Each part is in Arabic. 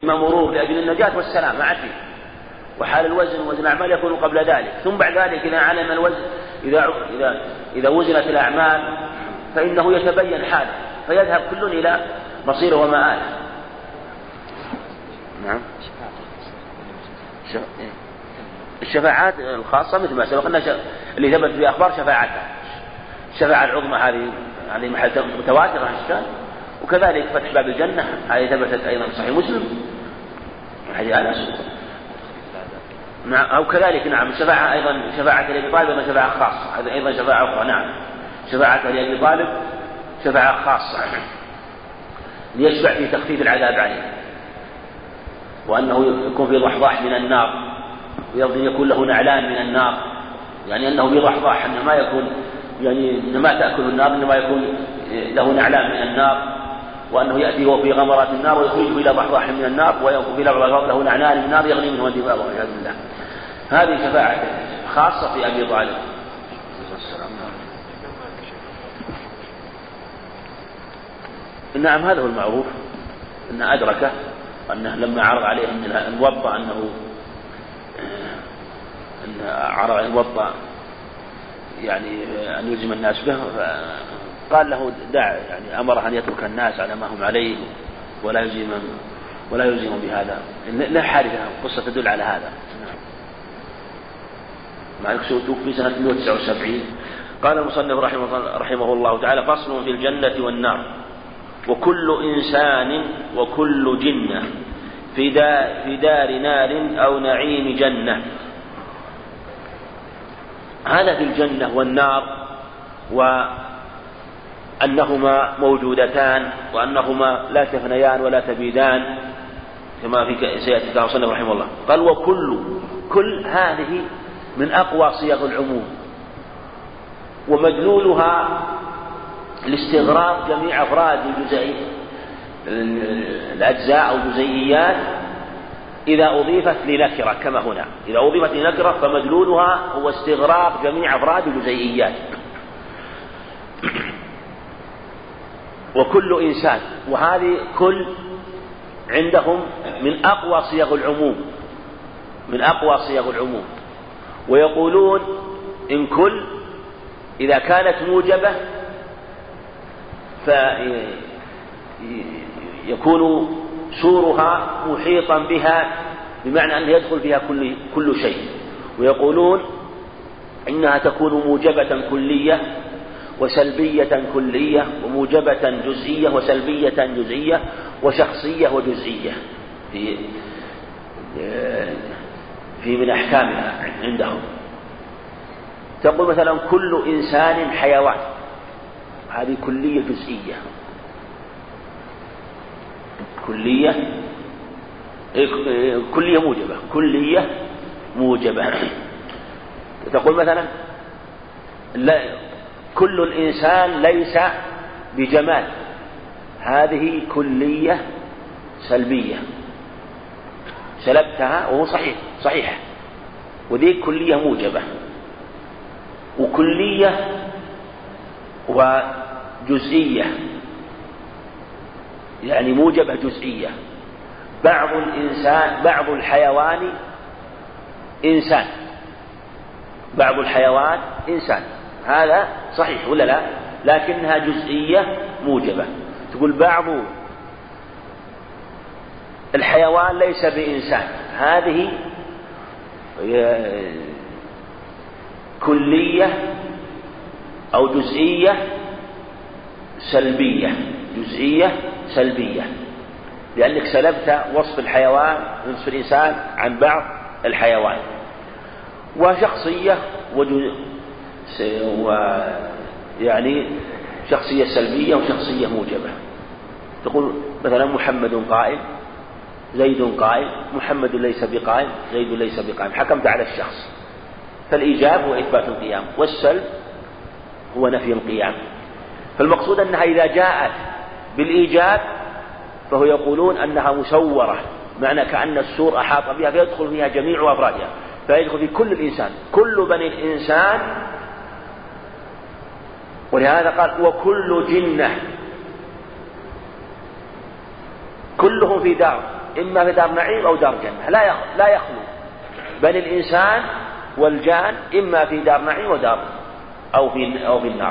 مرور لأجل النجاة والسلام عدل، وحال الوزن وزن الأعمال يكون قبل ذلك. ثم بعد ذلك إذا علم الوزن إذا وزنت الأعمال فإنه يتبين حاله فيذهب كل إلى مصيره ومآله. نعم. الشفاعات الخاصة مثل ما سبق اللي ثبت في أخبار شفاعتها، الشفاعة العظمى هذه محل متواتر عن الشان، وكذلك فتح باب الجنة هذه ثبتت أيضا صحيح مسلم هذه أنس. نعم. أو كذلك نعم الشفاعة أيضا شفاعة لأبي طالب أيضا شفاعة خاصة، هذا أيضا شفاعة أخرى. نعم شفاعة لأبي طالب شفاعة خاصة ليشفع في تخفيف العذاب عليه، وأنه يكون في ضحضاح من النار، ويرضي يكون له نعلان من النار، يعني أنه بضحضاح أنه ما يكون يعني ما تأكل النار، إنما يكون له نعلان من النار، وأنه يأتي وهو في غمرات النار ويخرجه إلى ضحضاح من النار، ويكون في له نعلان من النار يغني منه انتفاعه والعياذ بالله. هذه شفاعة خاصة في أبي طالب. نعم هذا هو المعروف، أنه أدركه، وأنه لما عرض عليه أن الوضع أن عرض عليه الوضع يعني أن يلزم الناس به، قال له دع، يعني أمره أن يترك الناس على ما هم عليه ولا يلزم بهذا. لا حادثة قصة تدل على هذا. مع يكسوتوك في سنة 179. قال المصنف رحمه الله تعالى: فصل في الجنة والنار. وكل إنسان وكل جنة في دار نار أو نعيم جنة. هذا في الجنة والنار، وأنهما موجودتان، وأنهما لا تفنيان ولا تبيدان كما في سيأتي كلام المصنف رحمه الله. قال: كل هذه من أقوى صيغ العموم، ومدلولها لاستغراق جميع أفراد الأجزاء أو جزئيات إذا أضيفت لنكرة، كما هنا إذا أضيفت لنكرة فمدلولها هو استغراق جميع أفراد الجزئيات. وكل إنسان، وهذه كل عندهم من أقوى صيغ العموم، ويقولون إن كل إذا كانت موجبة فيكون سورها محيطا بها، بمعنى أنه يدخل فيها كل شيء. ويقولون إنها تكون موجبة كلية وسلبية كلية، وموجبة جزئية وسلبية جزئية، وشخصية وجزئية في من أحكامها عندهم. تقول مثلا كل إنسان حيوان، هذه كلية جزئية، كلية موجبة. تقول مثلا كل الإنسان ليس بجمال، هذه كلية سلبية سلبتها وهو صحيح، وذي كلية موجبة. وكلية وجزئية، يعني موجبة جزئية. بعض الحيوان إنسان، هذا صحيح ولا لا؟ لكنها جزئية موجبة. تقول بعض الحيوان ليس بإنسان، هذه كلية أو جزئية سلبية، لأنك سلبت وصف الحيوان وصف الإنسان عن بعض الحيوان. وشخصية يعني شخصية سلبية وشخصية موجبة. تقول مثلا محمد قائم، زيد قائم، محمد ليس بقائم، زيد ليس بقائم، حكمت على الشخص. فالإيجاب هو إثبات القيام، والسلب هو نفي القيام. فالمقصود أنها إذا جاءت بالإيجاب فهو يقولون أنها مسورة، معنى كأن السور أحاط بها فيدخل فيها جميع أفرادها، فيدخل في كل الإنسان، كل بني الإنسان. ولهذا قال وكل جنة، كلهم في دار إما في دار نعيم أو دار جنة، لا يخلو، بل الإنسان والجان إما في دار نعيم أو في النار.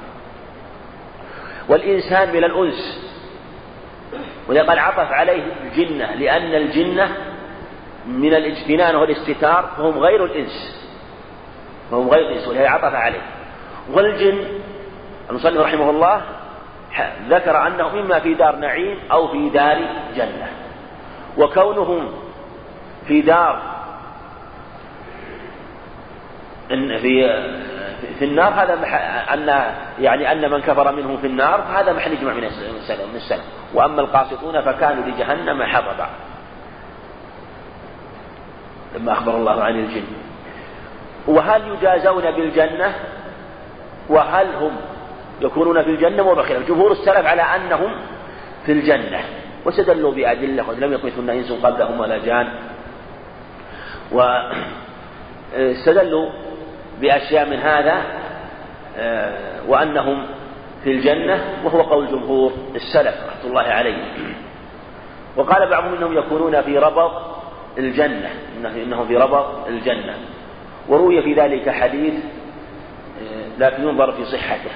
والإنسان من الأنس، ولقد عطف عليه الجنة لأن الجنة من الاجتنان والاستتار، فهم غير الإنس، ولهذا عطف عليه. والجن المصنف رحمه الله ذكر أنهم إما في دار نعيم أو في دار جنة، وكونهم في دار في النار هذا أن من كفر منهم في النار، فهذا محل إجماع من السلف. وأما القاسطون فكانوا لجهنم حطبا، لما أخبر الله عن الجن. وهل يجازون بالجنة وهل هم يكونون في الجنة وبخير؟ جمهور السلف على أنهم في الجنة، واستدلوا بأدلة قد لم يطمثهن إنس قبلهم ولا جان، واستدلوا بأشياء من هذا وأنهم في الجنة، وهو قول جمهور السلف رحمة الله عليه. وقال بعضهم إنهم يكونون في ربط الجنة، إنهم في ربط الجنة، وروي في ذلك حديث لكن ينظر في صحته.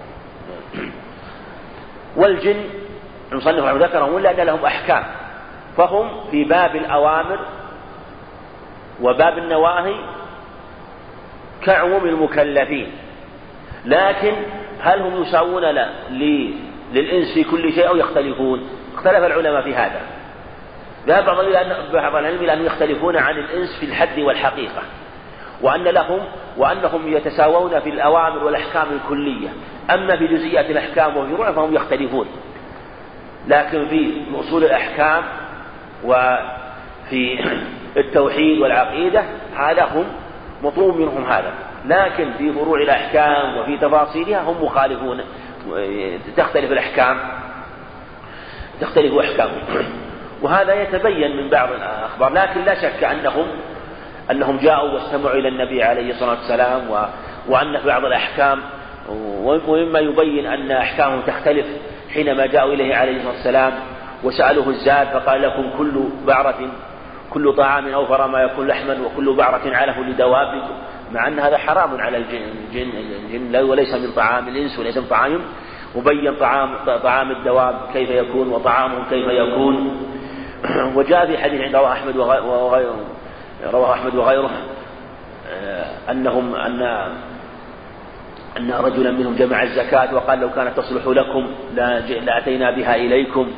والجن المصنف ذكرهم لأن لهم أحكام، فهم في باب الأوامر وباب النواهي كعموم المكلفين، لكن هل هم يساوون للإنس في كل شيء أو يختلفون؟ اختلف العلماء في هذا. ذهب بعض العلم إلى أنهم يختلفون عن الإنس في الحد والحقيقة، وأنهم يتساوون في الأوامر والأحكام الكلية، أما في جزئيات الأحكام وفروعها فهم يختلفون. لكن في أصول الأحكام وفي التوحيد والعقيدة هذا هم مطلوب منهم هذا، لكن في فروع الأحكام وفي تفاصيلها هم مخالفون، تختلف أحكامهم. وهذا يتبين من بعض الأخبار، لكن لا شك أنهم جاءوا واستمعوا إلى النبي عليه الصلاة والسلام، وأن في بعض الأحكام، ومما يبين أن أحكامهم تختلف حينما جاءوا إليه عليه الصلاة والسلام وسألوه الزاد فقال لكم كل طعام أوفر ما يكون لحما وكل بعرة علف لدوابكم، مع أن هذا حرام على الجن وليس من طعام الإنس وليس من طعامهم، وبين طعام الدواب كيف يكون وطعامهم كيف يكون. وجاء في حديث عند رواه أحمد وغيره أن رجلا منهم جمع الزكاة وقال لو كانت تصلح لكم لأتينا بها إليكم.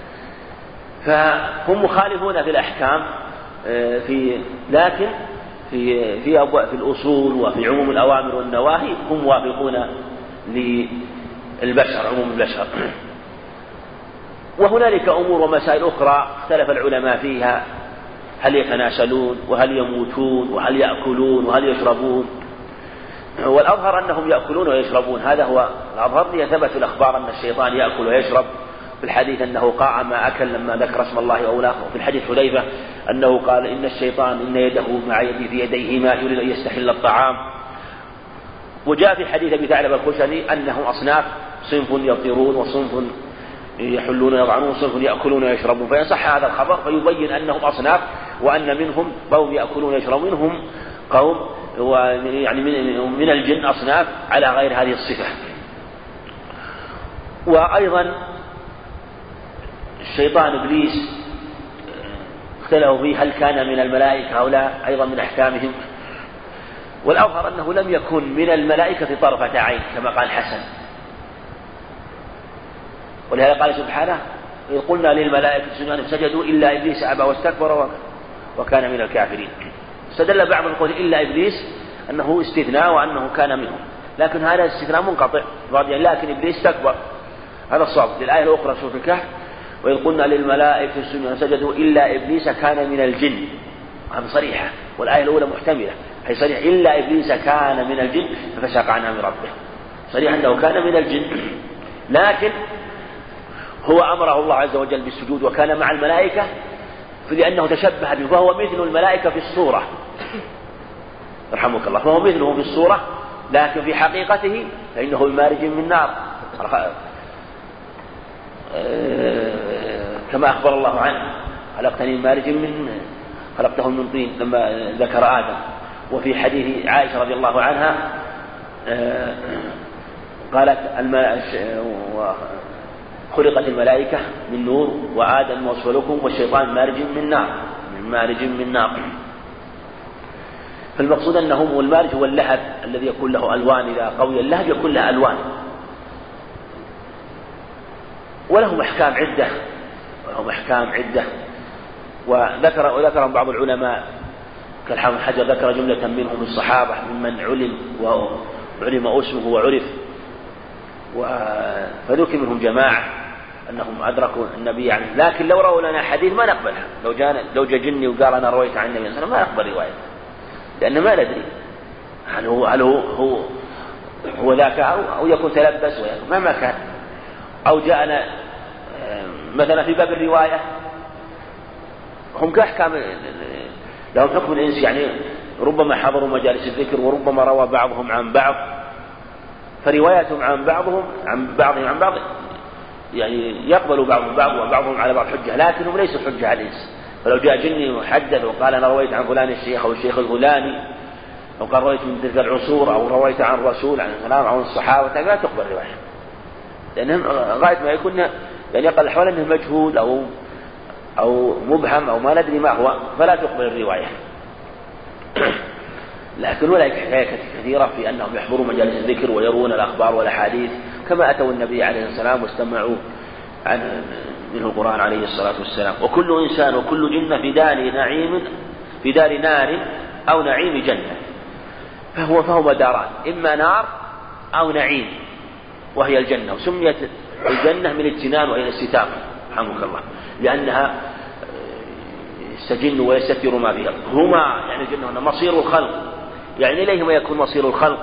فهم مخالفون في الأحكام لكن في الأصول وفي عموم الأوامر والنواهي هم موافقون للبشر، عموم البشر. وهنالك أمور ومسائل أخرى اختلف العلماء فيها، هل يتناسلون وهل يموتون وهل يأكلون وهل يشربون؟ والأظهر أنهم يأكلون ويشربون، هذا هو الأظهر، لثبت الأخبار أن الشيطان يأكل ويشرب. في الحديث أنه قاع ما أكل لما ذكر اسم الله أولاه. وفي الحديث حذيفة أنه قال إن الشيطان إن يده مع يدي في يديهما يريد أن يستحل الطعام. وجاء في حديث أبي ثعلبة الخشني أنهم أصناف، صنف يطيرون وصنف يحلون ويضعنون وصنف يأكلون ويشربون، فيصح هذا الخبر فيبين أنهم أصناف، وأن منهم قوم يأكلون ويشربون، منهم قوم يعني من الجن أصناف على غير هذه الصفة. وأيضا الشيطان إبليس اختلفوا فيه هل كان من الملائكة أو لا، أيضا من أحكامهم. والأظهر أنه لم يكن من الملائكة طرفة عين كما قال حسن، ولهذا قال سبحانه إذ قلنا للملائكة سجدوا إلا إبليس أبى واستكبر وكان من الكافرين. استدل بعض القول إلا إبليس أنه استثناء وأنه كان منهم، لكن هذا استثناء منقطع، لكن إبليس استكبر، هذا الصواب. للآية الأخرى سورة الكهف وإذ قلنا للملائكة سجدوا إلا إبليس كان من الجن، هذا صريحة، والآية الأولى محتملة، أي صريح إلا إبليس كان من الجن ففسق عن أمر ربه، صريح أنه كان من الجن، لكن هو أمره الله عز وجل بالسجود وكان مع الملائكة لأنه تشبه به، فهو مثل الملائكة في الصورة، رحمك الله، فهو مثله في الصورة، لكن في حقيقته فإنه بمارج من نار كما أخبر الله عنه خلقتني من مارج من خلقته من طين لما ذكر آدم. وفي حديث عائشة رضي الله عنها قالت خلقت الملائكة من نور وآدم وأسفلكم والشيطان مارج من نار. فالمقصود أنهم والمارج هو اللهب الذي يكون له ألوان، إذا قوي اللهب يكون له ألوان، ولهم أحكام عدة. وذكر بعض العلماء كالحافظ بن حجر ذكر جملة منهم الصحابة ممن علم اسمه وعرف، فذكر منهم جماعة أنهم أدركوا النبي يعني. لكن لو رأوا لنا حديث ما نقبلها، لو جاء جني وقال أنا رويت عن النبي صلى الله عليه وسلم ما نقبل رواية، لأن ما ندري هل هو ذاك أو يكون تلبس مهما كان، أو جاءنا مثلا في باب الرواية هم كأحكام لهم حكم الإنس، يعني ربما حضروا مجالس الذكر وربما روى بعضهم عن بعض، فرواياتهم عن بعضهم عن بعض يعني يقبل بعضهم بعض وبعضهم على بعض حجة، لكنهم ليسوا حجة على الإنس. فلو جاء جني محدث وقال أنا رويت عن فلان الشيخ أو الشيخ الفلاني، أو قال رويت من تلك العصور، أو رويت عن الرسول عن السلام أو الصحابة، لا تقبل رواية، لأنهم غاية ما يكون يعني يقل الأحوال أنه مجهول أو مبهم أو ما ندري ما هو، فلا تقبل الرواية. لكن هناك حكاية كثيرة في أنهم يحضروا مجالس الذكر ويرون الأخبار والأحاديث كما أتوا النبي عليه السلام واستمعوا منه القرآن عليه الصلاة والسلام. وكل إنسان وكل جنة في دار نار أو نعيم جنة، فهما داران، إما نار أو نعيم وهي الجنة. وسميت الجنة من الجنان وهي الاستتار رحمك الله، لأنها يستجن ويستتر ما فيها. هما يعني الجنة هنا مصير الخلق، يعني إليهما يكون مصير الخلق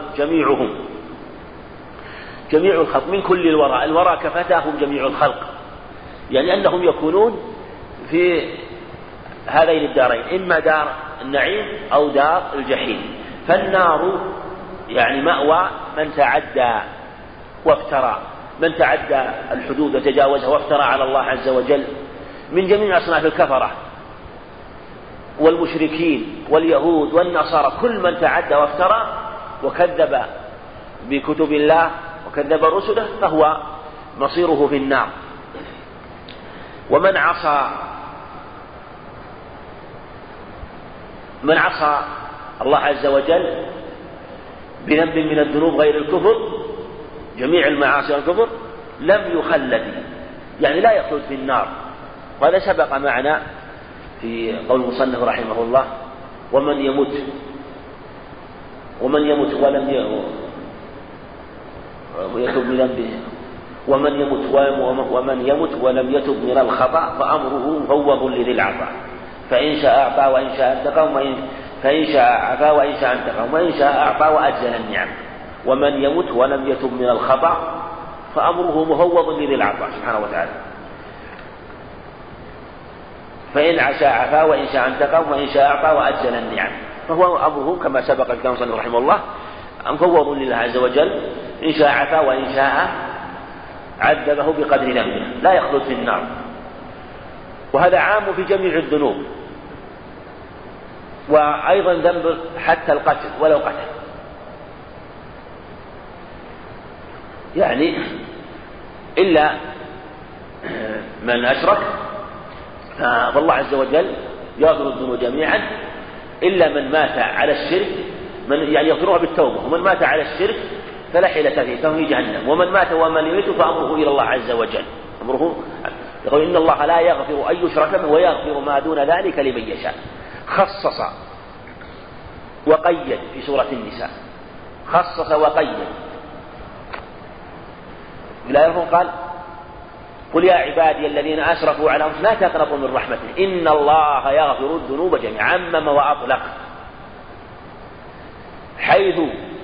جميع الخلق من كل الورى كفتاهم جميع الخلق، يعني أنهم يكونون في هذين الدارين، إما دار النعيم أو دار الجحيم. فالنار يعني مأوى من تعدى وافترى، من تعدى الحدود وتجاوزها وافترى على الله عز وجل من جميع أصناف الكفرة والمشركين واليهود والنصارى، كل من تعدى وافترى وكذب بكتب الله وكذب رسله فهو مصيره في النار. ومن عصى الله عز وجل بذنب من الذنوب غير الكفر، جميع المعاصي والكفر، لم يخلد، يعني لا يخلد في النار. وهذا سبق معنا في قول المصنف رحمه الله ومن يمت ويتوب من ذنبه، ومن يمت ولم يتب من الخطأ فأمره مفوض لذي العطاء، فإن شاء أعطى وإن شاء انتقم، فإن شاء عفا وإن شاء انتقم، وإن شاء أعطى وأجزل النعم. ومن يمت ولم يتب من الخطأ فأمره مفوض لذي العطاء سبحانه وتعالى، فإن شاء عفا وإن شاء انتقم وإن شاء أعطى وأجزل النعم. فهو أمره كما سبق الكلام صلى الله رحمه الله مفوض لله عز وجل، إن شاء عفا وإن شاء عذبه بقدر ذنبه، لا يخلد في النار. وهذا عام في جميع الذنوب، وأيضا ذنب حتى القتل ولو قتل، يعني إلا من أشرك فالله عز وجل يغفر الذنوب جميعا، إلا من مات على الشرك، يعني يغفرها بالتوبة، ومن مات على الشرك فلا حيلة فيه فهو في جهنم. ومن مات ومن يميت فأمره إلى الله عز وجل، يقول إن الله لا يغفر أن يشرك به ويغفر ما دون ذلك لمن يشاء. خصص وقيد في سورة النساء، خصص وقيد. لا يفهم قال قل يا عبادي الذين أسرفوا على أنفسهم لا تقنطوا من رحمته إن الله يغفر الذنوب جميعا، عمم وأطلق، حيث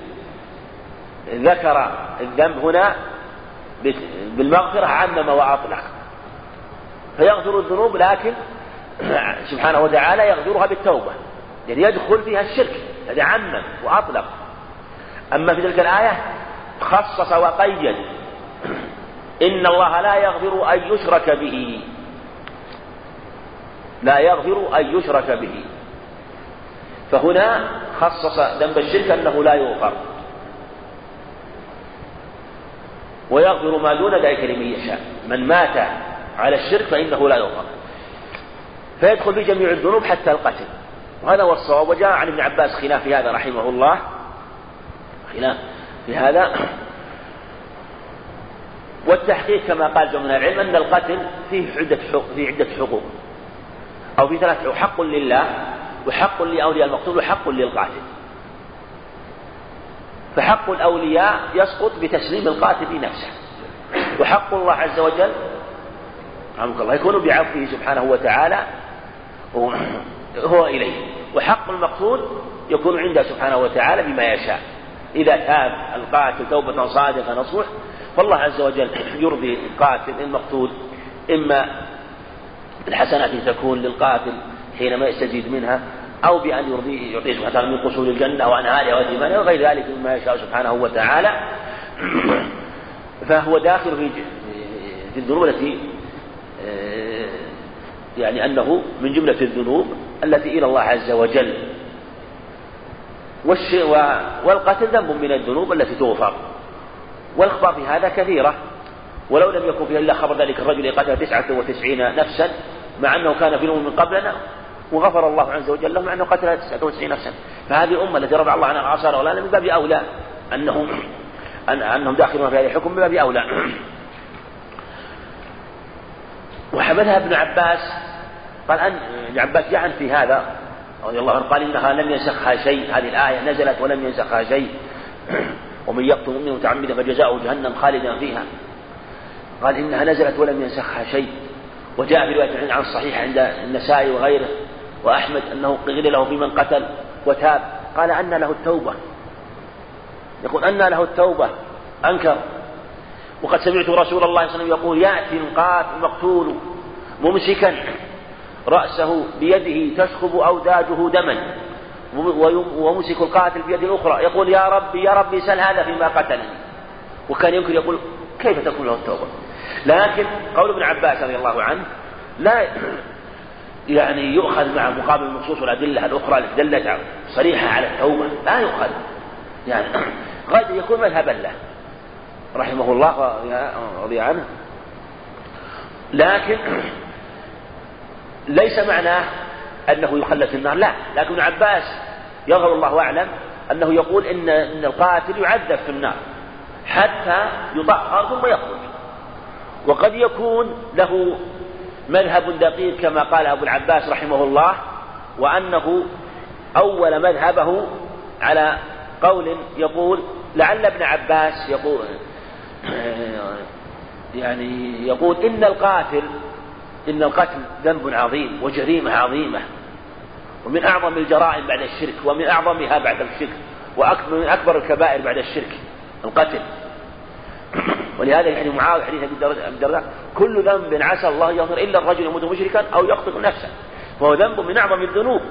ذكر الذنب هنا بالمغفرة عمم وأطلق، فيغفر الذنوب لكن سبحانه وتعالى يغفرها بالتوبة، يعني يدخل فيها الشرك، هذا عمم وأطلق. أما في تلك الآية خصص وقيد، إن الله لا يغفر أن يشرك به لا يغفر أن يشرك به. فهنا خصص ذنب الشرك أنه لا يغفر، ويغفر ما دون ذلك لمن يشاء. من مات على الشرك فإنه لا يغفر، فيدخل في جميع الذنوب حتى القتل، وهذا هو الصواب. وجاء عن ابن عباس خلاف في هذا رحمه الله، خلاف في هذا. والتحقيق كما قال جمع العلم أن القتل فيه عدة حقوق، أو في 3 حقوق: حق لله، وحق لأولياء المقتول، وحق للقاتل. فحق الأولياء يسقط بتسليم القاتل نفسه، وحق الله عز وجل رحمك الله يكون بعفوه سبحانه وتعالى هو إليه، وحق المقتول يكون عنده سبحانه وتعالى بما يشاء. إذا تاب القاتل توبة صادقة نصوح فالله عز وجل يرضي القاتل المقتول، إما الحسنات تكون للقاتل حينما يستزيد منها، أو بأن يعطيه سبحانه وتعالى من قصور الجنة وأنهارها وثمانها وغير ذلك مما يشاء سبحانه وتعالى. فهو داخل في الذنوب التي يعني أنه من جملة الذنوب التي إلى الله عز وجل. والقتل ذنب من الذنوب التي تغفر، والأخبار في هذا كثيرة، ولو لم يكن فيها إلا خبر ذلك الرجل قتل 99 نفسا مع أنه كان في الأمم من قبلنا، وغفر الله عز وجل له مع أنه قتل 99 نفسا. فهذه الأمة التي رفع الله عنها الآثار ولا من باب أولى أنهم داخلون في هذه الحكم من باب أولى. وحملها ابن عباس، قال أن ابن عباس يعن في هذا رضي الله عنه، قال إنها لم ينسخها شيء، هذه الآية نزلت ولم ينسخها شيء: ومن يقتل مؤمنا متعمدا فجزاؤه جهنم خالدا فيها. قال إنها نزلت ولم ينسخها شيء. وجاء في رواية عن الصحيح عند النسائي وغيره وأحمد أنه قيل له في من قتل وتاب قال أن له التوبة، يقول أن له التوبة، أنكر. وقد سمعت رسول الله صلى الله عليه وسلم يقول: يأتي القاتل المقتول ممسكا رأسه بيده تشخب أوداجه دما، ومسك القاتل بيد الأخرى يقول: يا ربي يا ربي سل هذا فيما قتلني. وكان يمكن يقول: كيف تكون له التوبة؟ لكن قول ابن عباس رضي الله عنه لا يعني يؤخذ مع مقابل النصوص والأدلة الأخرى التي دلت صريحة على التوبة، لا يؤخذ، يعني قد يكون مذهبا له رحمه الله رضي عنه. لكن ليس معناه أنه يخلد في النار، لا. لكن ابن عباس يظهر الله أعلم أنه يقول إن القاتل يعذب في النار حتى يطهر ثم يخرج. وقد يكون له مذهب دقيق كما قال أبو العباس رحمه الله، وأنه أول مذهبه على قول يقول لعل ابن عباس يقول إن القتل ذنب عظيم وجريمة عظيمة، ومن أعظم الجرائم بعد الشرك، ومن أعظمها بعد الشرك، ومن أكبر الكبائر بعد الشرك القتل. ولهذا يعني معاوية حديث أبي الدرداء: كل ذنب عسى الله يغفر إلا الرجل يموت مشركا أو يقتل نفسه، وهو ذنب من أعظم الذنوب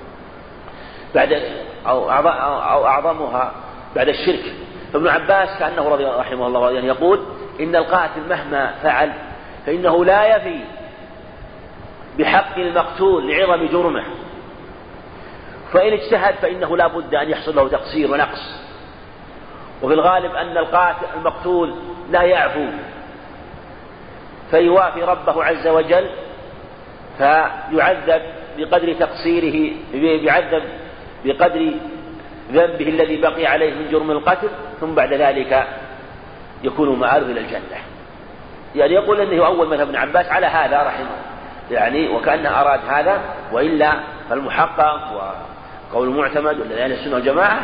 أو أعظمها بعد الشرك. فابن عباس كأنه رحمه الله يعني يقول إن القاتل مهما فعل فإنه لا يفي بحق المقتول لعظم جرمه، فإن اجتهد فإنه لا بد أن يحصل له تقصير ونقص. وفي الغالب أن القاتل المقتول لا يعفو فيوافي ربه عز وجل فيعذب بقدر تقصيره، يعذب بقدر ذنبه الذي بقي عليه من جرم القتل، ثم بعد ذلك يكون مآله إلى الجنة. يعني يقول أنه أول مذهب ابن عباس على هذا رحمه يعني، وكأنه أراد هذا، وإلا فالمحقق وقول المعتمد والذي أهل السنة والجماعة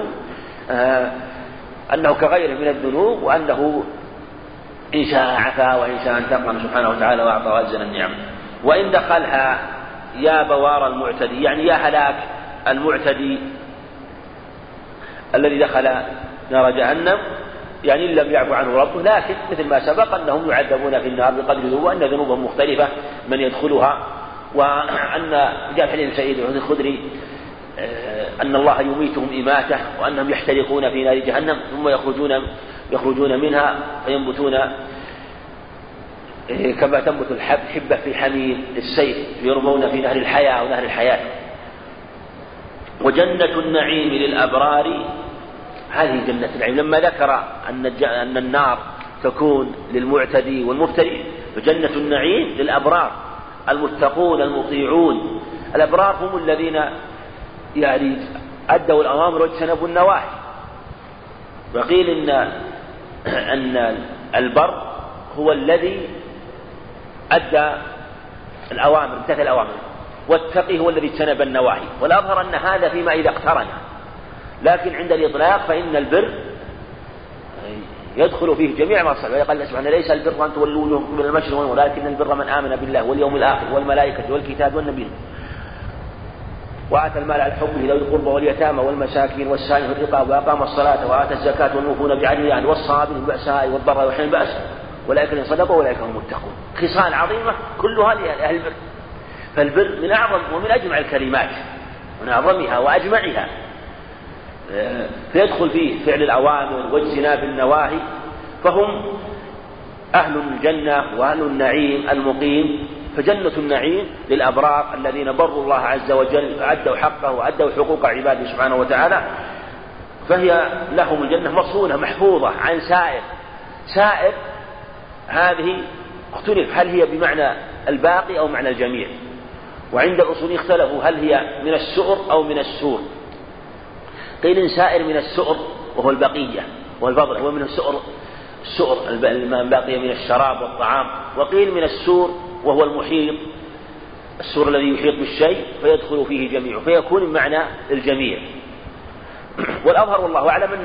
أنه كغيره من الذنوب، وأنه إن شاء عفا وإن شاء انتقم سبحانه وتعالى وأعطى وأجزل النعم. وإن دخلها يا بوار المعتدي، يعني يا هلاك المعتدي الذي دخل نار جهنم، يعني إن لم يعفو عنه ربه. لكن مثل ما سبق أنهم يعذبون في النار بقدر ذنوبهم، وأن ذنوبهم مختلفة من يدخلها. وأن جاء في حديث سعيد الخدري أن الله يميتهم إماتة، وأنهم يحترقون في نار جهنم ثم يخرجون منها فينبتون كما تنبت الحبة في حميم السيف يرمون في نهر الحياة أو نهر الحياة. وجنة النعيم للأبرار، هذه جنة النعيم لما ذكر أن النار تكون للمعتدي والمفتري، فجنة النعيم للأبرار المتقون المطيعون. الأبرار هم الذين يعني أدوا الأوامر واجتنبوا النواهي. وقيل أن البر هو الذي أدى الأوامر امتثل الأوامر، والتقي هو الذي اجتنب النواهي. والأظهر أن هذا فيما إذا اقترن، لكن عند الإطلاق فإن البر يدخل فيه جميع ما صلى. قال سبحانه: ليس البر أن تولوا وجوهكم من المشرق والمغرب ولكن البر من آمن بالله واليوم الآخر والملائكة والكتاب والنبيين وآتى المال على حبه ذوي القربى واليتامى والمساكين والسائلين في الرقاب وأقام الصلاة وآتى الزكاة والموفون بعهدهم والصابرين بالبأساء والضراء وحين البأس أولئك الذين صدقوا وأولئك هم المتقون. خصال عظيمة كلها لأهل البر. فالبر من أعظم ومن أجمع الكلمات، من أعظمها وأجمعها، فيدخل فيه فعل الأوامر واجتناب النواهي، فهم أهل الجنة وأهل النعيم المقيم. فجنة النعيم للأبرار الذين بروا الله عز وجل فأدوا حقه وأدوا حقوق عباده سبحانه وتعالى، فهي لهم الجنة مصونة محفوظة عن سائر هذه اختلف هل هي بمعنى الباقي أو معنى الجميع. وعند الأصوليين اختلفوا هل هي من السؤر أو من السور. قيل سائر من السؤر وهو البقية والفضل، هو من السؤر ما بقي من الشراب والطعام. وقيل من السور وهو المحيط، السور الذي يحيط بالشيء فيدخل فيه جميعه، فيكون معنى الجميع. والأظهر والله أعلم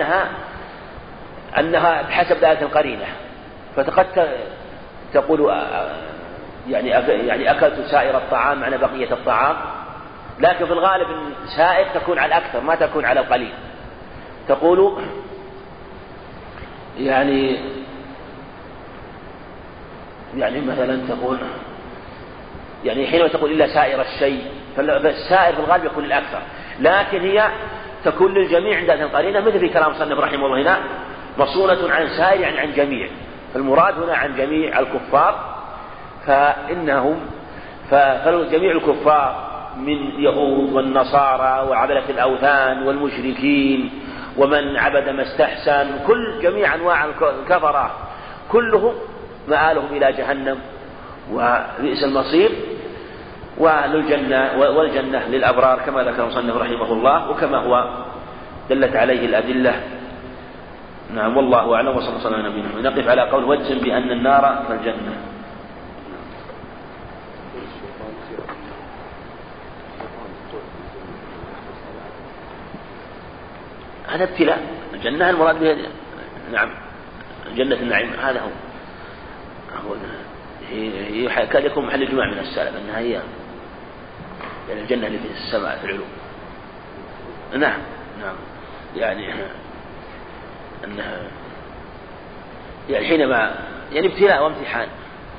أنها بحسب ذات القرينة، فقد تقول يعني أكلت سائر الطعام معنى بقية الطعام، لكن في الغالب سائر تكون على الأكثر ما تكون على القليل. تقول يعني مثلا تقول يعني حينما تقول إلا سائر الشيء، فالسائر في الغالب يكون الأكثر، لكن هي تكون للجميع عند ذات القرينة، مثل في كلام صنف رحمه الله هنا مصونة عن سائر يعني عن جميع. فالمراد هنا عن جميع الكفار، فجميع الكفار من يهود والنصارى وعبدة الأوثان والمشركين ومن عبد ما استحسن، جميع أنواع الكفرة كلهم مآلهم إلى جهنم وبئس المصير. والجنة للأبرار كما ذكر المصنف رحمه الله وكما هو دلت عليه الأدلة. نعم، والله أعلم. وصلى الله على نبينا. نقف على قول واجزم بأن النار كالجنة. هذا ابتلاء. الجنة المراد بها نعم جنة النعيم، هذا هو هي كاد يكون محل إجماع من السلف أنها هي يعني الجنة اللي في السماء في العلوم. نعم يعني أنها يعني حينما يعني ابتلاء وامتحان.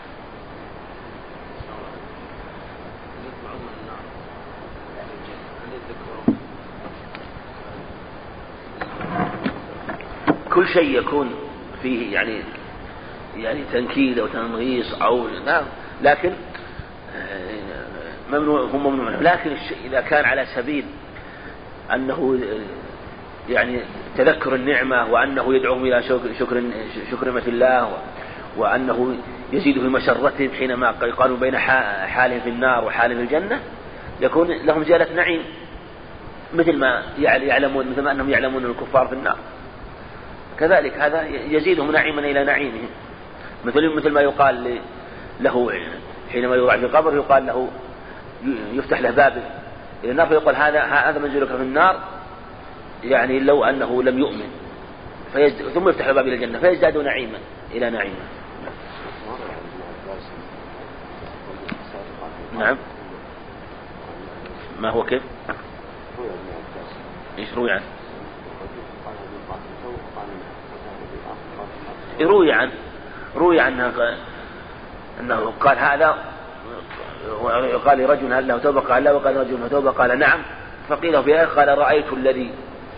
كل شيء يكون فيه يعني تنكيد أو تنغيص أو نعم، لكن ممنوع. لكن الشيء إذا كان على سبيل أنه يعني تذكر النعمة وأنه يدعوهم إلى شكر نعمة الله وأنه يزيد في مسرتهم حينما يقارنوا بين حالهم في النار وحالهم في الجنة، يكون لهم زيادة نعيم مثل ما أنهم يعلمون الكفار في النار، كذلك هذا يزيدهم نعيما إلى نعيمهم. مثل ما يقال له حينما يوضع في القبر يقال له يفتح له باب إلى النار فيقول هذا منزلك في النار، يعني لو أنه لم يؤمن، ثم يفتح له باب إلى الجنة فيزداد نعيما إلى نعيمه. نعم. ما هو كيف؟ إيش روي عنه؟ روي عنه أنه قال هذا، وقال لرجل هل له توبة؟ قال لا. وقال رجل له توبة؟ قال نعم. فقيل في آية قال رأيت الذي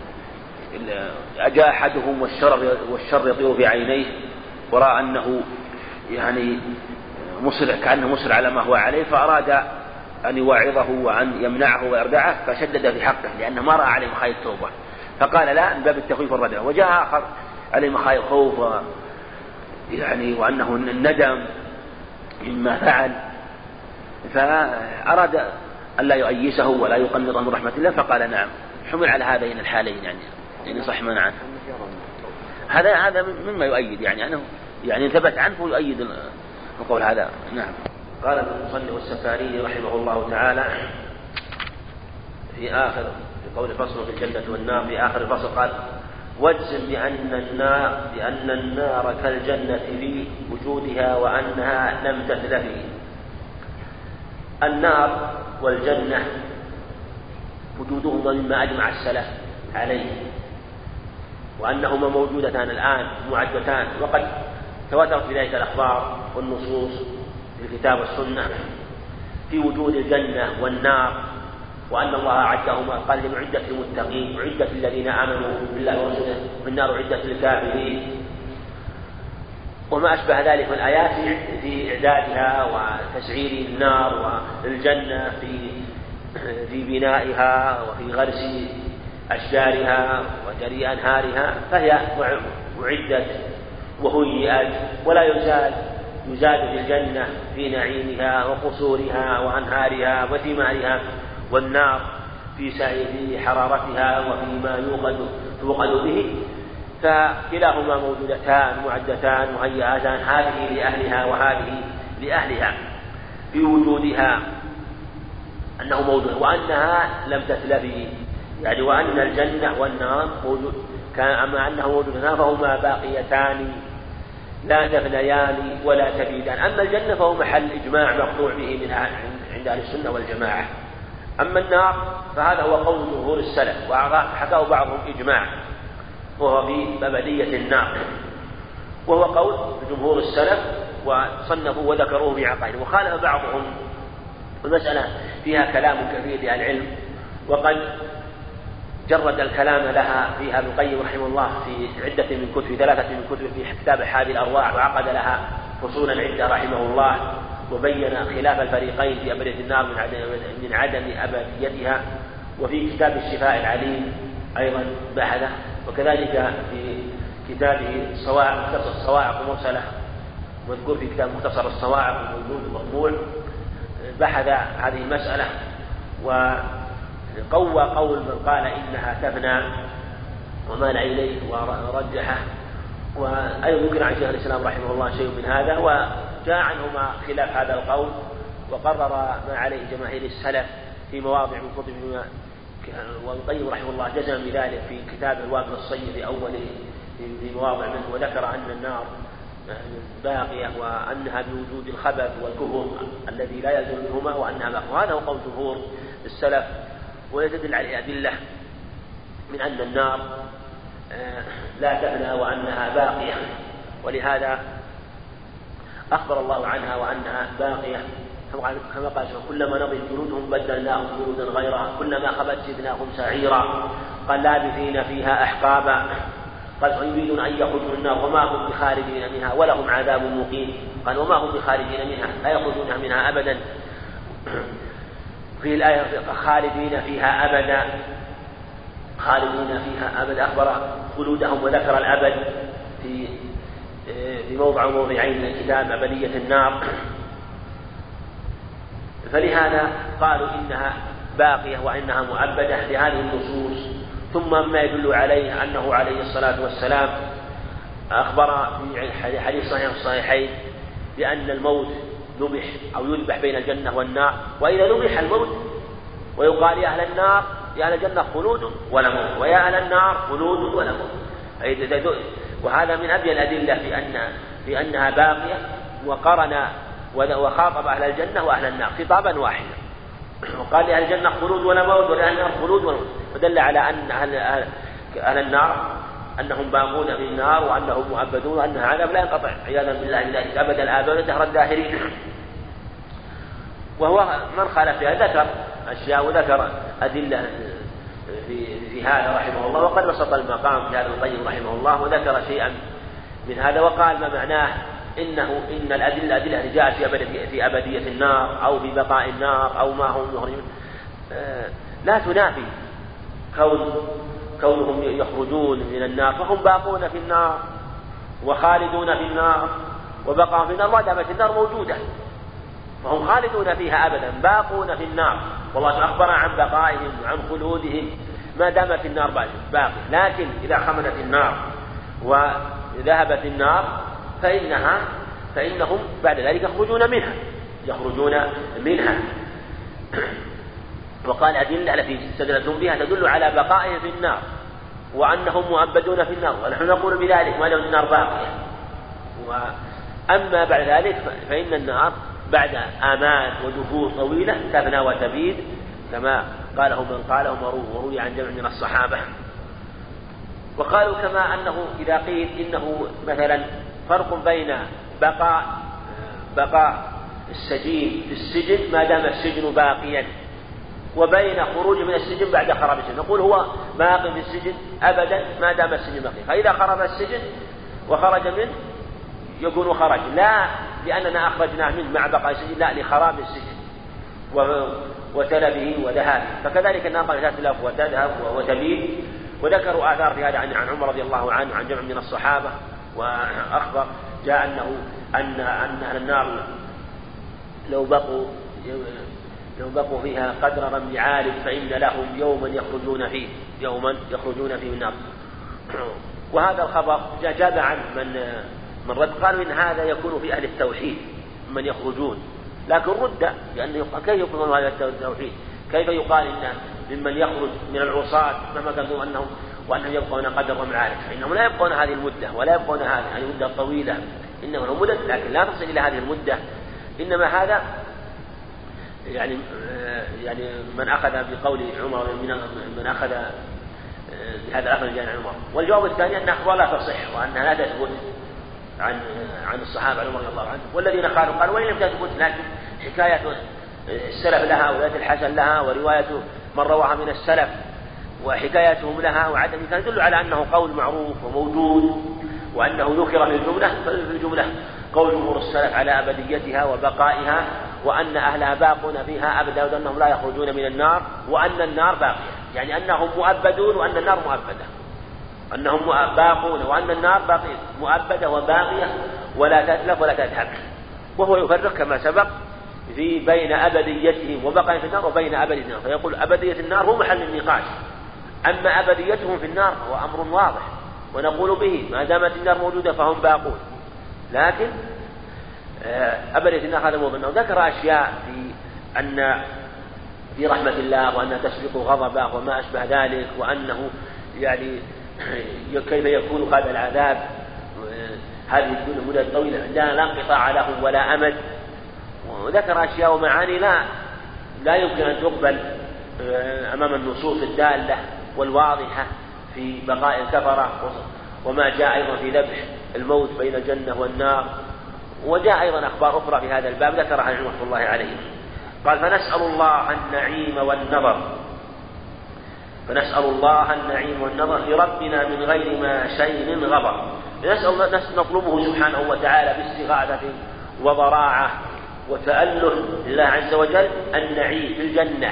أجاء أحدهم والشر يطير في عينيه ورأى أنه يعني مصر كأنه مصر على ما هو عليه، فأراد أن يواعظه وأن يمنعه ويردعه فشدد في حقه لأنه ما رأى عليه مخايف توبة، فقال لا من باب التخويف والردع. وجاء آخر عليه مخايف خوف يعني وأنه الندم مما فعل، فأراد أن لا يؤيسه ولا يقنطه من رحمة الله، فقال نعم. حمل على هذين الحالين يعني صح منعا. هذا مما يؤيد يعني أنه يعني ثبت عنه يؤيد القول هذا. نعم. قال المصنف والسفاري رحمه الله تعالى في قول فصل في الجنة والنار في آخر الفصل قال واجزم بأن النار كالجنة في وجودها وأنها لم تتلف. النار والجنة وجودهما مما أجمع السلف عليه، وأنهما موجودتان الآن معدتان، وقد تواترت في ذلك الأخبار والنصوص في الكتاب والسنة في وجود الجنة والنار، وأن الله أعدهما قال أعدت للمتقين أعدت للذين آمنوا بالله ورسوله والنار أعدت للكافرين، وما أشبه ذلك من الآيات في إعدادها وتسعير النار والجنة في بنائها وفي غرس أشجارها وجري أنهارها، فهي أعدت وهيئت، ولا يزاد في الجنة في نعيمها وقصورها وأنهارها وثمارها، والنار في حرارتها وفيما توقد به، فكلاهما موجودتان معدتان مهيئتان، هذه لأهلها وهذه لأهلها في وجودها أنه موجود وأنها لم تتلف، يعني وأن الجنة والنار موجود أما أنه موجودتان فهما باقيتان لا تفنيان ولا تبيدان. أما الجنة فهو محل إجماع مقطوع به عند أهل السنة والجماعة. أما النار فهذا هو قول جمهور السلف وحكاه بعضهم إجماع وهو في أبدية النار، وهو قول جمهور السلف وصنفوا وذكروه في عقائد. وخالف بعضهم المسألة فيها كلام كثير لأهل العلم، وقد جرد الكلام لها فيها ابن القيم رحمه الله في عدة من كتب 3 من كتب في كتاب حادي الأرواح، وعقد لها فصولا عدة رحمه الله، وبين خلاف الفريقين في أبدية النار من عدم أبديتها. وفي كتاب الشفاء العليم أيضا بحثه، وكذلك في كتابه مختصر الصواعق المرسلة مذكور في كتاب مختصر الصواعق الموجود المطبوع بحث هذه المسألة، وقوى قول من قال إنها تفنى ومال إليه ورجحه. وأيضا ذكر عن شيخ الإسلام رحمه الله شيء من هذا، وجاء عنهما خلاف هذا القول، وقرر ما عليه جماهير السلف في مواضع من كتبهما، وابن القيم رحمه الله جزم بذلك في كتاب الوابل الصيب في أوله في مواضع منه، وذكر أن النار باقية وأنها بوجود الخبث والكفر الذي لا يلزم منهما وأنها باقية. وهذا هو قول جمهور السلف، ويدل عليه أدلة من أن النار لا تفنى وأنها باقية، ولهذا أخبر الله عنها وأنها باقية كما قال كلما نضجت جلودهم بدلناهم جلودا غيرها كلما خبت زدناهم سعيرا قال لابثين فيها أحقابا قال يريدون أن يخرجوا من النار وما هم بخارجين منها ولهم عذاب مقيم قال وما هم بخارجين منها لا يخرجون منها أبدا. في الآية خالدين فيها أبدا أخبر خلودهم وذكر الأبد في موضعين من الكتاب أبدية النار، فلهذا قالوا إنها باقية وإنها مؤبدة لهذه النصوص. ثم ما يدل عليه أنه عليه الصلاة والسلام أخبر في حديث صحيح الصحيحين بأن الموت ذبح أو يذبح بين الجنة والنار، وإذا ذبح الموت ويقال يا أهل النار يا أهل الجنة خلود ولا موت ويا أهل النار خلود ولا موت، وهذا من أبين الأدلة في أنها باقية، وقرن وخاطب أهل الجنة وأهل النار خطابا واحدا، وقال لأهل الجنة خلود ولا موت ولأهل النار خلود ولا موت، ودل على أن أهل النار أنهم باقون في النار وأنهم مؤبدون وأنها عذاب لا ينقطع عياذا بالله من ذلك أبد الآباد دهر الداهرين. وهو من خالف فيها ذكر أشياء وذكر أدلة في هذا رحمه الله، وقد بسط المقام في هذا القيم رحمه الله وذكر شيئا من هذا، وقال ما معناه إن الأدلة التي جاءت في أبدية النار أو في بقاء النار أو ما هم يخرجون لا تنافي كونهم يخرجون من النار، فهم باقون في النار وخالدون في النار، وبقاء في النار ما دامت النار موجودة فهم خالدون فيها أبدا، باقون في النار، والله أخبر عن بقائهم وعن خلودهم ما دامت النار باقية. لكن إذا خمدت النار وذهبت النار فإنهم بعد ذلك يخرجون منها. وقال الأدلة التي استدلتم بها تدل على بقائهم في النار وأنهم مؤبدون في النار، ونحن نقول بذلك ما دام النار باقية. وأما بعد ذلك فإن النار بعد آمال ودهور طويلة تفنى وتبيد كما قاله من قاله وروي عن جمع من الصحابة. وقالوا كما أنه إذا قيل إنه مثلا فرق بين بقاء السجين في السجن ما دام السجن باقيا وبين خروج من السجن بعد خراب السجن، نقول هو باقي في السجن أبدا ما دام السجن باقي، فإذا خرب السجن وخرج منه يكون خرج، لا لأننا أخرجناه منه مع بقاء السجن، لا لخراب السجن وتلفه وذهابه. فكذلك النار قد تتلف وتذهب وتبيد. وذكروا آثار في هذا عن عمر رضي الله عنه عن جمع من الصحابة، وأخبر جاء أن أهل النار لو بقوا فيها قدر رمل عالم فإن لهم يوما يخرجون فيه من النار. وهذا الخبر جاب عن من رد، قالوا إن هذا يكون في أهل التوحيد من يخرجون، لكن رد لأنه كيف يكون هذا التوحيد؟ كيف يقال إن ممن يخرج من العصاة مهما كانوا وأنهم يبقون قدر رمل عالم؟ فإنهم لا يبقون هذه المدة ولا يبقون هذه المدة الطويلة، إنما لهم مدة لكن لا تصل إلى هذه المدة. إنما هذا يعني من أخذ بقول عمر من أخذ بهذا الأخذ جاء عن عمر. والجواب الثاني أن أخبار لا تصح وأنها لا تثبت عن الصحابة عمر رضي الله عنه، والذين قالوا وإن لم تثبت لكن حكاية السلف لها ورواية الحسن لها ورواية من رواها من السلف وحكايتهم لها وعدم كان يدل على أنه قول معروف وموجود وأنه ذكر في الجملة قول جمهور السلف على أبديتها وبقائها، وأن أهلها باقون فيها أبدا وأنهم لا يخرجون من النار، وأن النار باقية، يعني أنهم مؤبدون وأن النار مؤبدة، أنهم باقون وأن النار باقية مؤبدة وباقية ولا تتلف ولا تذهب. وهو يفرق كما سبق في بين أبديتهم وبقائهم في النار وبين أبدية النار، فيقول أبدية النار هو محل النقاش، أما أبديتهم في النار هو أمر واضح ونقول به ما دامت النار موجودة فهم باقون. لكن أبدية النار هذا موضوع. ذكر أشياء في رحمة الله وأنها تسبق غضبه وما أشبه ذلك، وأنه يعني كيف يكون هذا العذاب هذه المدة الطويلة لا انقطاع له ولا أمد. وذكر أشياء ومعاني لا يمكن أن تقبل أمام النصوص الدالة والواضحة في بقاء الكفرة، وما جاء أيضا في ذبح الموت بين الجنة والنار. وجاء أيضا أخبار أخرى في هذا الباب ذكرها عن رحمة الله عليه. قال فنسأل الله النعيم والنظر لربنا من غير ما شيء غضب. نطلبه سبحانه وتعالى باستغاثة وضراعة وتأله لله عز وجل النعيم في الجنة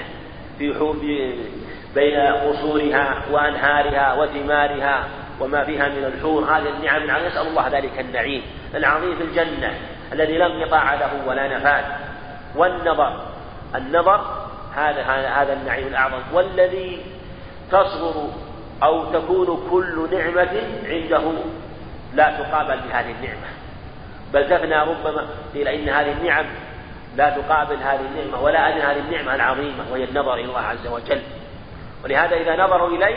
بين قصورها وأنهارها وثمارها وما فيها من الحور، هذه النعم العظيمة. نسأل الله ذلك النعيم العظيم في الجنة الذي لا انقطاع له ولا نفاد. والنظر هذا النعيم الأعظم، والذي تصغر أو تكون كل نعمة عنده لا تقابل بهذه النعمة، بل تفنى. ربما قيل إن هذه النعم لا تقابل هذه النعمة ولا أدنى هذه النعمة العظيمة وهي النظر إلى الله عز وجل. ولهذا إذا نظروا إليه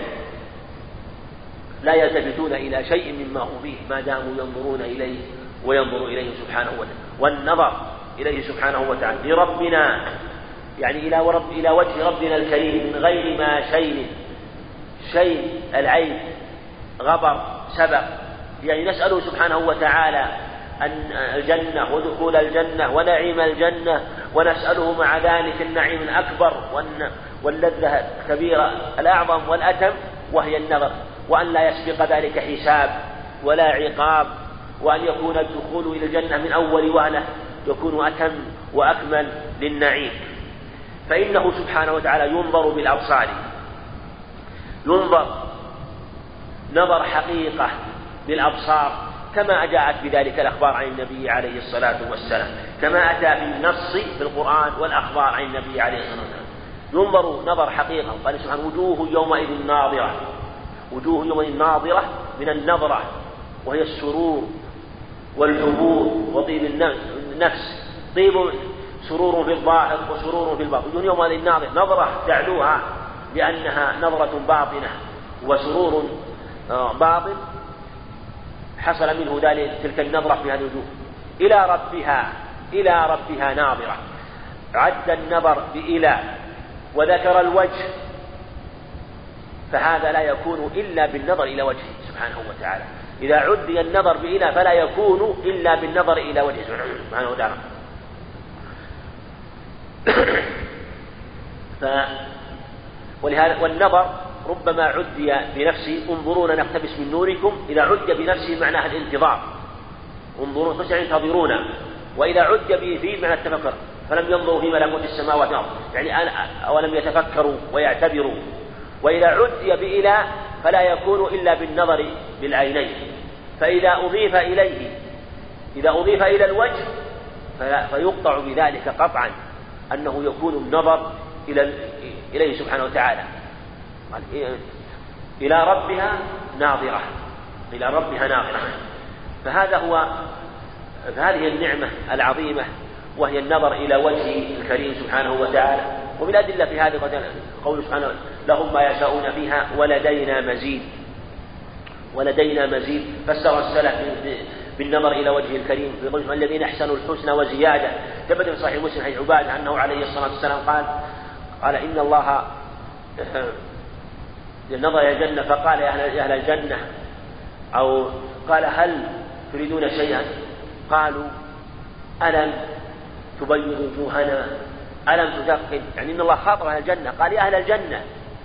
لا يلتفتون إلى شيء مما هو فيه ما داموا ينظرون إليه وينظر إليه سبحانه وتعالى. والنظر إليه سبحانه وتعالى لربنا يعني إلى وجه ربنا الكريم من غير ما شيء العين غبر سبق، يعني نسأله سبحانه وتعالى أن الجنة ودخول الجنة ونعيم الجنة، ونسأله مع ذلك النعيم الأكبر واللذة الكبيرة الأعظم والأتم وهي النظر، وأن لا يسبق ذلك حساب ولا عقاب وأن يكون الدخول إلى الجنة من أول وهلة يكون أتم وأكمل للنعيم. فإنه سبحانه وتعالى ينظر بالأبصار، ينظر نظر حقيقة بالأبصار، كما جاءت بذلك الأخبار عن النبي عليه الصلاة والسلام، كما أتى بالنص في القرآن والأخبار عن النبي عليه الصلاة والسلام. ينظر نظر حقيقة. قال سبحانه: وجوه يومئذ ناظرة، وجوه يومئذ ناظرة من النظرة، وهي السرور والحبور وطيب النفس، طيب سرور في الظاهر وسرور في الباطن. وجوه يومئذ ناظرة، نظرة تعلوها لأنها نظرة باطنة وسرور باطن، حصل منه ذلك تلك النظرة في هذه الوجوه. إلى ربها ناظرة. عد النظر بإلى وذكر الوجه، فهذا لا يكون إلا بالنظر إلى وجهه سبحانه وتعالى. إذا عدي النظر بإلى فلا يكون إلا بالنظر إلى وجهه سبحانه وتعالى. والنظر ربما عدي بنفسه: انظرونا نقتبس من نوركم. إذا عدي بنفسه معناها الانتظار، انظرون ينتظرون. وإذا عدي به فيه معنى التفكر: فلم ينظروا في ملكوت السماوات والأرض، يعني أولم يتفكروا ويعتبروا. وإذا عدي بإلى فلا يكون إلا بالنظر بالعينين. فإذا أضيف إلى الوجه فيقطع بذلك قطعا أنه يكون النظر إليه سبحانه وتعالى. إلى ربها ناظرة، إلى ربها ناظرة. فهذه النعمة العظيمة، وهي النظر إلى وجهه الكريم سبحانه وتعالى. ومن أدلة في هذا قول سبحانه: لهم ما يشاءون فيها ولدينا مزيد. فسر السلف بالنظر إلى وجهه الكريم يقول: الذين أحسنوا الحسنى وزيادة. ثبت في صحيح مسلم حديث عبادة أنه عليه الصلاة والسلام قال: إن الله نظر إلى الجنة فقال: يا أهل الجنة، أو قال: هل تريدون شيئا؟ قالوا: ألم تبيض وجوهنا، ألم تثقل. يعني إن الله خاطب أهل الجنة، قال: يا أهل الجنة،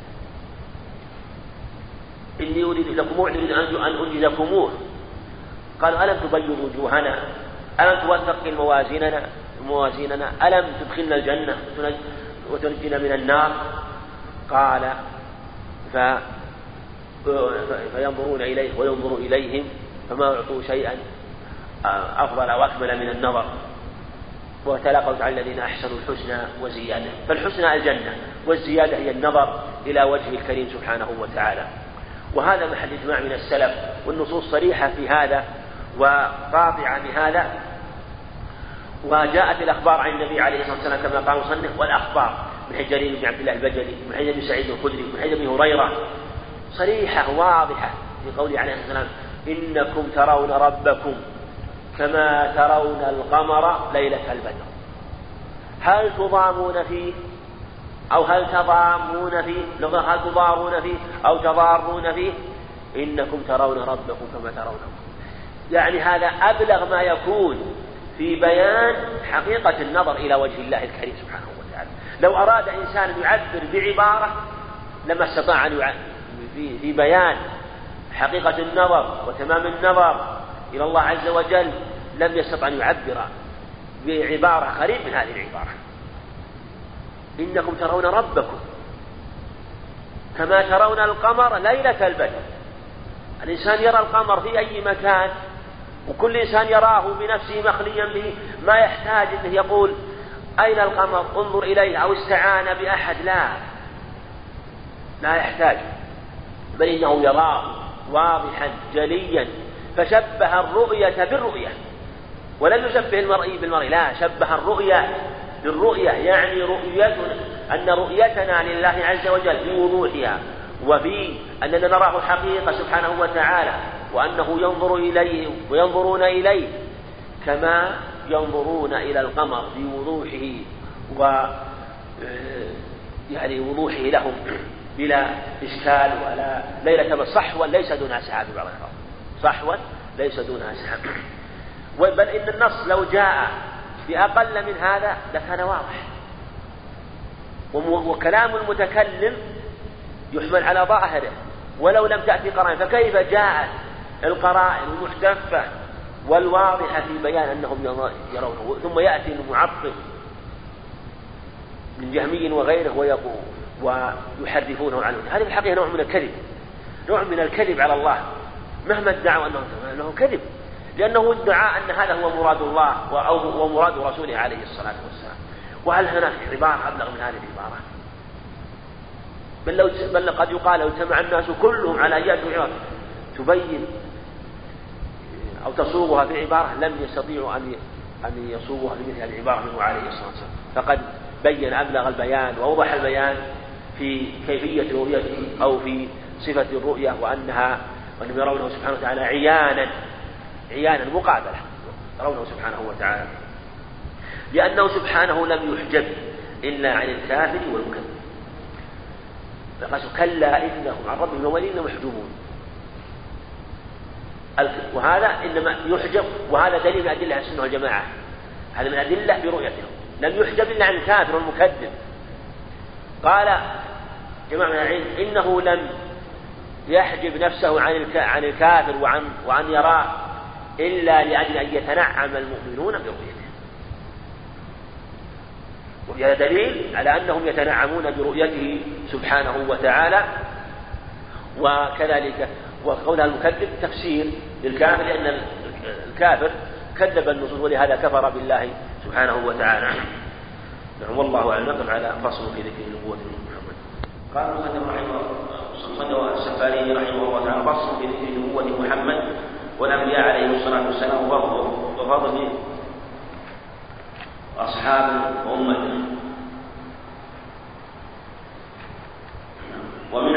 إني أريد لكم أريد أن أنجزكموه. قالوا: ألم تبيض وجوهنا، ألم توثق موازيننا، ألم تدخلنا الجنة وتنجينا من النار؟ قال: فينظرون إليه وينظر إليهم فما أعطوا شيئا أفضل وأكمل من النظر. وتلاقوا على الذين أحسنوا الحسنى وزيادة. فالحسنى الجنة، والزيادة هي النظر إلى وجه الكريم سبحانه وتعالى. وهذا محل إجماع من السلف، والنصوص صريحة في هذا وقاطعة بهذا. وجاءت الأخبار عن النبي عليه الصلاة والسلام كما قال المصنف: والأخبار من حديث جرير بن عبد الله البجلي، من حديث أبي سعيد الخدري، من حديث أبي هريرة، صريحة واضحة في قوله عليه الصلاة والسلام: إنكم ترون ربكم كما ترون القمر ليلة البدر. هل تضامون فيه أو هل تضامون فيه؟ هل تضارون فيه أو تضارون فيه؟ إنكم ترون ربكم كما ترونه. يعني هذا أبلغ ما يكون في بيان حقيقة النظر إلى وجه الله الكريم سبحانه وتعالى. لو أراد إنسان يعبر بعبارة لما استطاع أن يعبر في بيان حقيقة النظر وتمام النظر إلى الله عز وجل، لم يستطع أن يعبر بعبارة قريب من هذه العبارة: إنكم ترون ربكم كما ترون القمر ليلة البدر. الإنسان يرى القمر في أي مكان، وكل إنسان يراه بنفسه مخليا به، ما يحتاج أنه يقول: أين القمر؟ انظر إليه، أو استعان بأحد. لا يحتاج، بل إنه يراه واضحا جليا. فشبه الرؤية بالرؤية، ولم يشبه المرئي بالمرئي، لا، شبه الرؤية بالرؤية، يعني أن رؤيتنا لله عز وجل في وضوحها، وفي أننا نراه حقيقة سبحانه وتعالى، وأنه ينظر إليه وينظرون إليه كما ينظرون إلى القمر في وضوحه، يعني وضوحه لهم بلا إشكال ولا ليلة صحوا ليس دونها سحاب. بعض الأحيان صحوا ليس دونها سحاب. بل إن النص لو جاء بأقل من هذا لكان واضح. وكلام المتكلم يحمل على ظاهره ولو لم تأتي قرائن، فكيف جاءت القرائن المحتفة والواضحة في بيان أنهم يرونه. ثم يأتي المعطل من جهمي وغيره ويحرفونه عنه. هذه الحقيقة نوع من الكذب، نوع من الكذب على الله مهما ادعوا أنه كذب، لأنه ادعى أن هذا هو مراد الله أو مراد رسوله عليه الصلاة والسلام. وهل هناك عبارة أبلغ من هذه العبارة؟ بل قد يقال لو اجتمع الناس كلهم على أن يأتوا عبارة تبين أو تصوغها في عبارة لم يستطيعوا أن يصوغها بمثل هذه العبارة منه عليه الصلاة والسلام. فقد بين أبلغ البيان وأوضح البيان في كيفية رؤيته أو في صفة الرؤية، وأنهم يرونه سبحانه وتعالى عيانا مقابلة، يرونه سبحانه وتعالى، لأنه سبحانه لم يحجب إلا عن الكافر والمكذب. فقال كلا إنهم عن ربهم يومئذ لمحجوبون. وهذا إنما يحجب، وهذا دليل من أدلة السنة والجماعة، هذا من أدلة برؤيتهم، لم يحجب إلا عن الكافر والمكذب. قال جماعة من العلم إنه لم يحجب نفسه عن الكافر وعن يراه إلا لأجل أن يتنعم المؤمنون برؤيته. وهذا دليل على أنهم يتنعمون برؤيته سبحانه وتعالى. وكذلك وقولها المكذب تفسير للكافر، لأن الكافر كذب النصوص ولهذا كفر بالله سبحانه وتعالى. والله أعلم. على فصل في ذكر نبوة محمد. قال صدق السفاري رحمه الله تعالى فصل في ذكر نبوة محمد والأنبياء عليهم الصلاة والسلام وفضل أصحاب أمته. ومن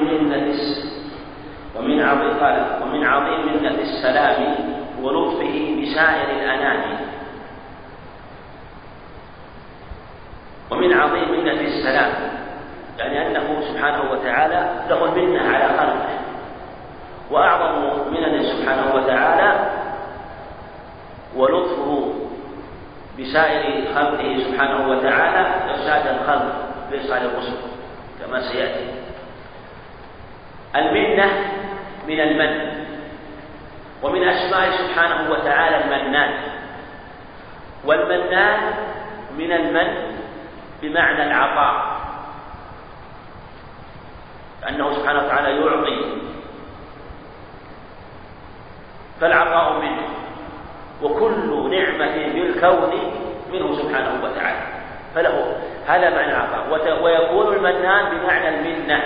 عظيم منة السلام ولطفه بسائر الأنام. ومن عظيم منة السلام يعني أنه سبحانه وتعالى له المنة على خلقه، وأعظم منه سبحانه وتعالى ولطفه بسائر خلقه سبحانه وتعالى إرشاد الخلق بإرسال الرسل كما سيأتي. المنة من المن، ومن أسماء سبحانه وتعالى المنان، والمنان من المن بمعنى العطاء، لأنه سبحانه وتعالى يعطي، فالعطاء منه، وكل نعمة بالكون منه سبحانه وتعالى، فله هذا معنى العطاء. ويكون المنان بمعنى المنة،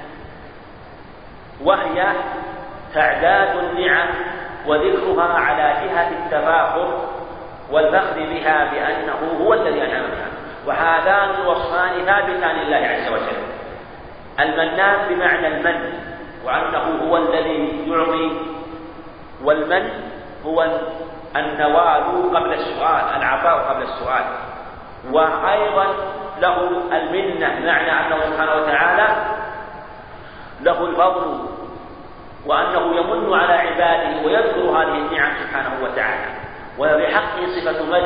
وهي تعداد النعم وذكرها على جهة التفاخر والفخر بها بأنه هو الذي أنعم بها. وهذان الوصفان ثابتان لله عز وجل. المنان بمعنى المن، وأنه هو الذي يعطي، والمن هو النوال قبل السؤال، العطاء قبل السؤال. وأيضا له المنة معنى أنه سبحانه وتعالى له الفضل، وأنه يمن على عباده ويذكر هذه النعم سبحانه وتعالى، وبحقه صفة مدح،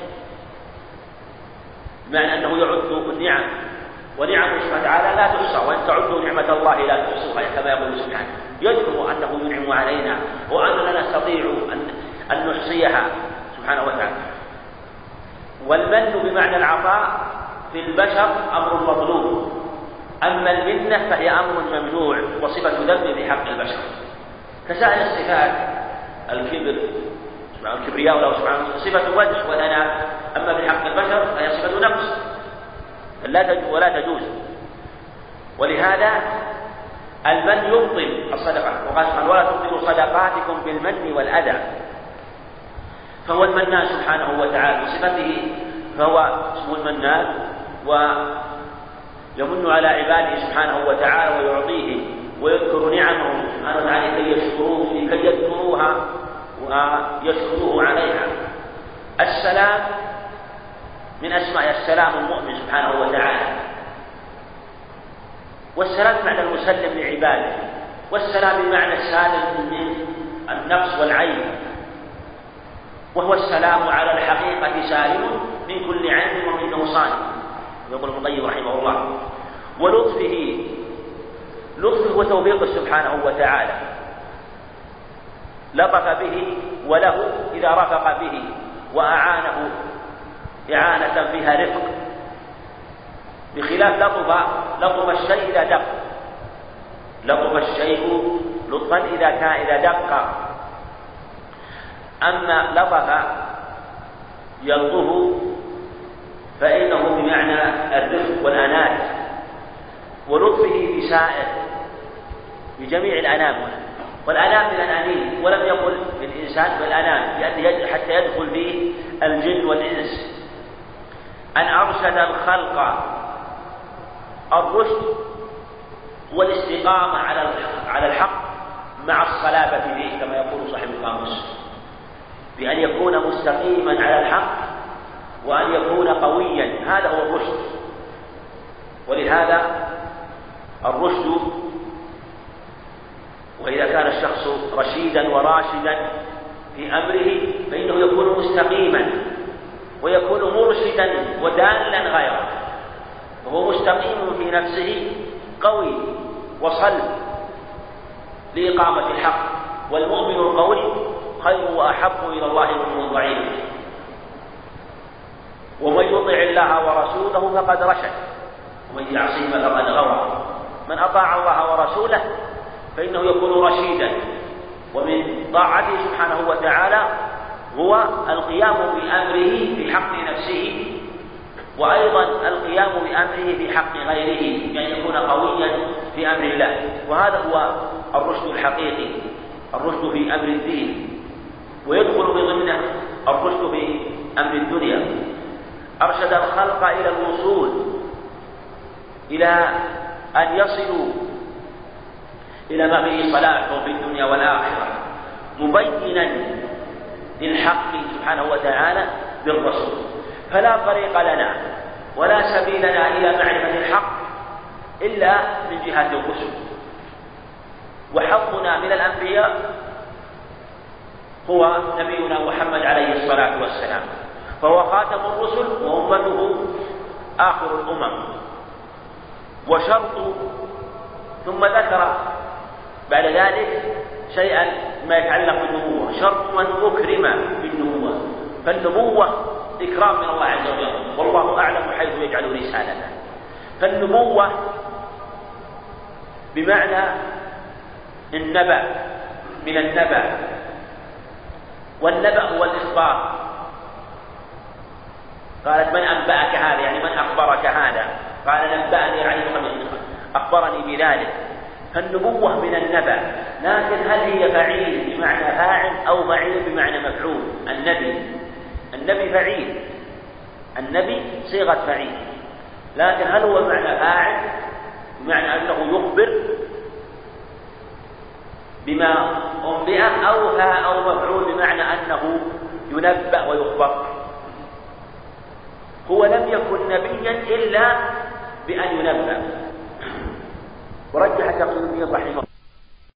معنى أنه يعد النعم، ونعمه سبحانه وتعالى لا تحصى، وإن تعدوا نعمة الله لا تحصوها كما يقول سبحانه. يذكر أنه ينعم علينا وأننا نستطيع أن نحصيها سبحانه وتعالى. والمن بمعنى العطاء في البشر أمر مطلوب، أما المنة فهي أمر ممنوع وصفة ذم بحق البشر، كسائر الصفات. الكبرياء له سبحانه صفة مدح وثناء، أما بحق البشر فهي صفة نقص ولا تجوز. ولهذا المن يبطل الصدقة، وقال سبحانه ولا تبطلوا صدقاتكم بالمن والأذى. فهو المنان سبحانه وتعالى بصفته، فهو اسمه المنان، ويمن على عباده سبحانه وتعالى ويعطيه ويذكر نعمه سبحانه وتعالى كي يذكروها ويشكروه عليها. السلام من أسماء السلام المؤمن سبحانه وتعالى، والسلام بمعنى المسلم لعباده، والسلام بمعنى السالم من النقص والعيب، وهو السلام على الحقيقة سالم من كل عيب ومن نقصان، يقول ابن القيم رحمه الله. ولطفه وتوفيقه سبحانه وتعالى، لطف به وله إذا رفق به وأعانه إعانة فيها رفق، بخلاف لطف الشيء إذا دق، لطف الشيء لطفا إذا دق. أما لطف يلطف فإنه بمعنى الرفق والأنات، ولطفه بسائر بجميع الأنام، والأنام من الأنين، ولم يقل بالإنسان بالأنام حتى يدخل فيه الجن والإنس. أن أرشد الخلق، الرشد والاستقامة على الحق مع الصلابة فيه، كما يقول صاحب القاموس، بأن يكون مستقيما على الحق وأن يكون قويا، هذا هو الرشد. ولهذا الرشد، وإذا كان الشخص رشيدا وراشدا في أمره فإنه يكون مستقيما ويكون مرشدا ودالا غيره، وهو مستقيم في نفسه قوي وصلب لإقامة الحق. والمؤمن القوي خير وأحب إلى الله من ضعيف. ومن يطع الله ورسوله فقد رشد ومن يعصهما فقد غوى. من أطاع الله ورسوله فإنه يكون رشيدا. ومن طاعته سبحانه وتعالى هو القيام بأمره في حق نفسه، وأيضا القيام بأمره في حق غيره، يعني يكون قويا في أمر الله. وهذا هو الرشد الحقيقي، الرشد في أمر الدين، ويدخل بضمنه الرشد في أمر الدنيا. أرشد الخلق إلى الوصول إلى أن يصلوا إلى ما فيه صلاحهم في الدنيا والآخرة، مبينا للحق سبحانه وتعالى بالرسول. فلا طريق لنا ولا سبيل لنا إلى معرفة الحق إلا من جهة الرسل. وحظنا من الأنبياء هو نبينا محمد عليه الصلاة والسلام، فهو خاتم الرسل وأمته آخر الأمم. وشرط، ثم ذكر بعد ذلك شيئا ما يتعلق بالنبوة، شرط من أكرم بالنبوة، فالنبوة إكرام من الله عز وجل، والله أعلم حيث يجعل رسالته. فالنبوة بمعنى النبأ، من النبأ، والنبأ هو الإخبار. قالت من أنبأك هذا، يعني من أخبرك هذا؟ قال نبأني يعني أخبرني بذلك. فالنبوة من النبأ، لكن هل هي فعيل بمعنى فاعل أو فعيل بمعنى مفعول؟ النبي فعيل، النبي صيغة فعيل، لكن هل هو بمعنى فاعل بمعنى أنه يخبر بما أنبئ، أو مفعول بمعنى أنه ينبأ ويخبر؟ هو لم يكن نبيا إلا بأن ينبأ. ورجح تقي الدين رحمه